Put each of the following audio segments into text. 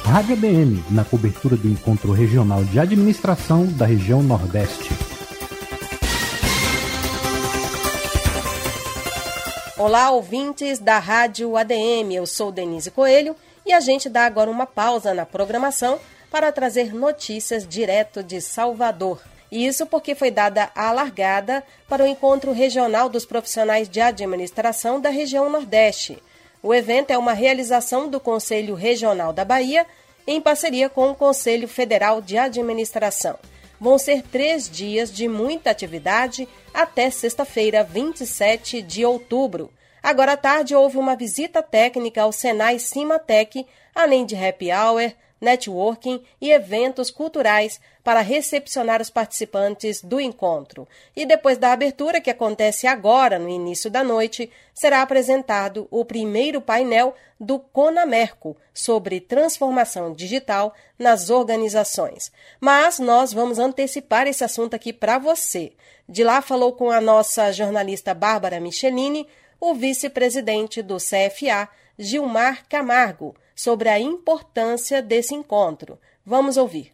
Rádio ADM, na cobertura do Encontro Regional de Administração da região Nordeste. Olá, ouvintes da Rádio ADM, eu sou Denise Coelho e a gente dá agora uma pausa na programação para trazer notícias direto de Salvador. Isso porque foi dada a largada para o Encontro Regional dos Profissionais de Administração da região Nordeste. O evento é uma realização do Conselho Regional da Bahia em parceria com o Conselho Federal de Administração. Vão ser 3 dias de muita atividade até sexta-feira, 27 de outubro. Agora à tarde houve uma visita técnica ao Senai Cimatec, além de happy hour, networking e eventos culturais para recepcionar os participantes do encontro. E depois da abertura, que acontece agora, no início da noite, será apresentado o primeiro painel do CONAMERCO sobre transformação digital nas organizações. Mas nós vamos antecipar esse assunto aqui para você. De lá falou com a nossa jornalista Bárbara Michelini, o vice-presidente do CFA, Gilmar Camargo, sobre a importância desse encontro. Vamos ouvir.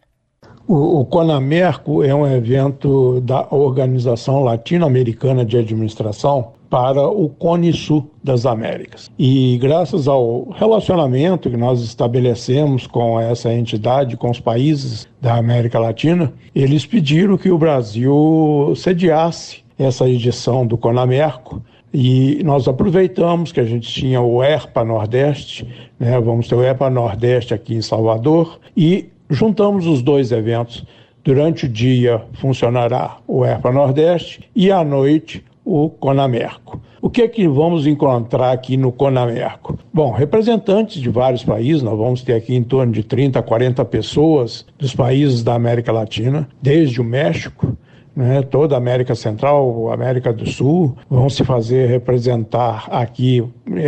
O CONAMERCO é um evento da Organização Latino-Americana de Administração para o Cone Sul das Américas. E graças ao relacionamento que nós estabelecemos com essa entidade, com os países da América Latina, eles pediram que o Brasil sediasse essa edição do CONAMERCO. E nós aproveitamos que a gente tinha o ERPA Nordeste, né? Vamos ter o ERPA Nordeste aqui em Salvador, e juntamos os dois eventos. Durante o dia funcionará o ERPA Nordeste e à noite o CONAMERCO. O que é que vamos encontrar aqui no CONAMERCO? Bom, representantes de vários países, nós vamos ter aqui em torno de 30 a 40 pessoas dos países da América Latina, desde o México, né, toda a América Central, América do Sul, vão se fazer representar aqui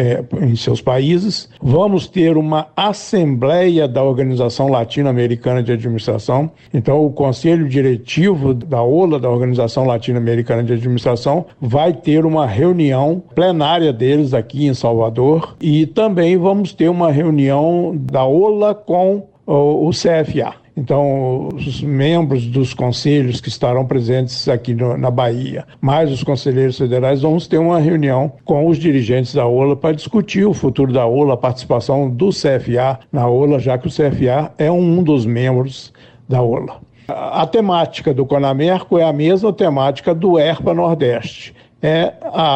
em seus países. Vamos ter uma assembleia da Organização Latino-Americana de Administração. Então, o Conselho Diretivo da OLA, da Organização Latino-Americana de Administração, vai ter uma reunião plenária deles aqui em Salvador. E também vamos ter uma reunião da OLA com o CFA. Então, os membros dos conselhos que estarão presentes aqui na Bahia, mais os conselheiros federais, vamos ter uma reunião com os dirigentes da OLA para discutir o futuro da OLA, a participação do CFA na OLA, já que o CFA é um dos membros da OLA. A temática do CONAMERCO é a mesma temática do ERPA Nordeste. É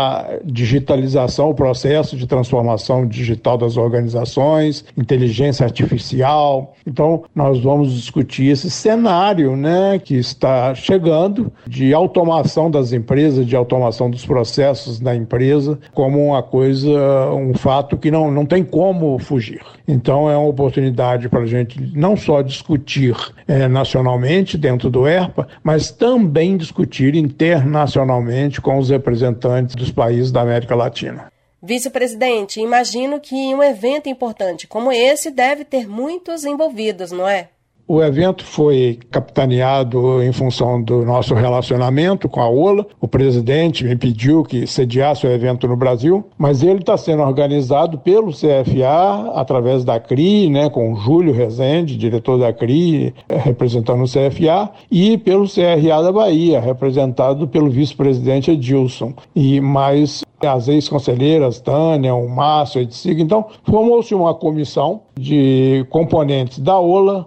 a digitalização, o processo de transformação digital das organizações, inteligência artificial. Então, nós vamos discutir esse cenário, né, que está chegando de automação das empresas, de automação dos processos da empresa, como uma coisa, um fato que não tem como fugir. Então, é uma oportunidade para a gente não só discutir nacionalmente dentro do ERPA, mas também discutir internacionalmente com os representantes dos países da América Latina. Vice-presidente, imagino que um evento importante como esse deve ter muitos envolvidos, não é? O evento foi capitaneado em função do nosso relacionamento com a OLA. O presidente me pediu que sediasse o evento no Brasil, mas ele está sendo organizado pelo CFA, através da CRI, né, com o Júlio Rezende, diretor da CRI, representando o CFA, e pelo CRA da Bahia, representado pelo vice-presidente Edilson. E mais as ex-conselheiras, Tânia, o Márcio, Edsiga. Então, formou-se uma comissão de componentes da OLA,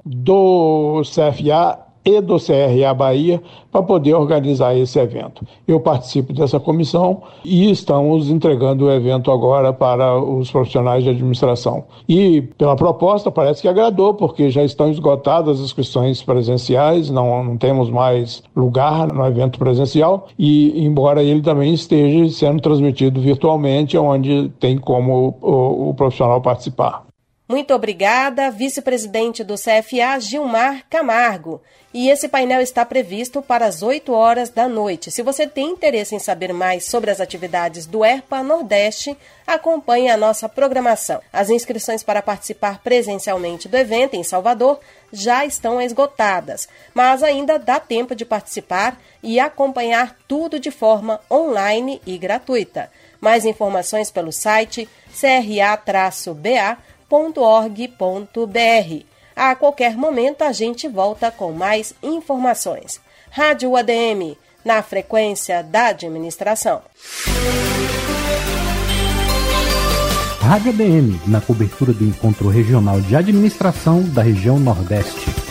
do CFA e do CRA Bahia para poder organizar esse evento. Eu participo dessa comissão e estamos entregando o evento agora para os profissionais de administração. E pela proposta parece que agradou, porque já estão esgotadas as inscrições presenciais, não temos mais lugar no evento presencial, e embora ele também esteja sendo transmitido virtualmente, onde tem como o profissional participar. Muito obrigada, vice-presidente do CFA, Gilmar Camargo. E esse painel está previsto para as 8 horas da noite. Se você tem interesse em saber mais sobre as atividades do ERPA Nordeste, acompanhe a nossa programação. As inscrições para participar presencialmente do evento em Salvador já estão esgotadas, mas ainda dá tempo de participar e acompanhar tudo de forma online e gratuita. Mais informações pelo site cra-ba.org.br. A qualquer momento a gente volta com mais informações. Rádio ADM, na frequência da administração. Rádio ADM, na cobertura do Encontro Regional de Administração da região Nordeste.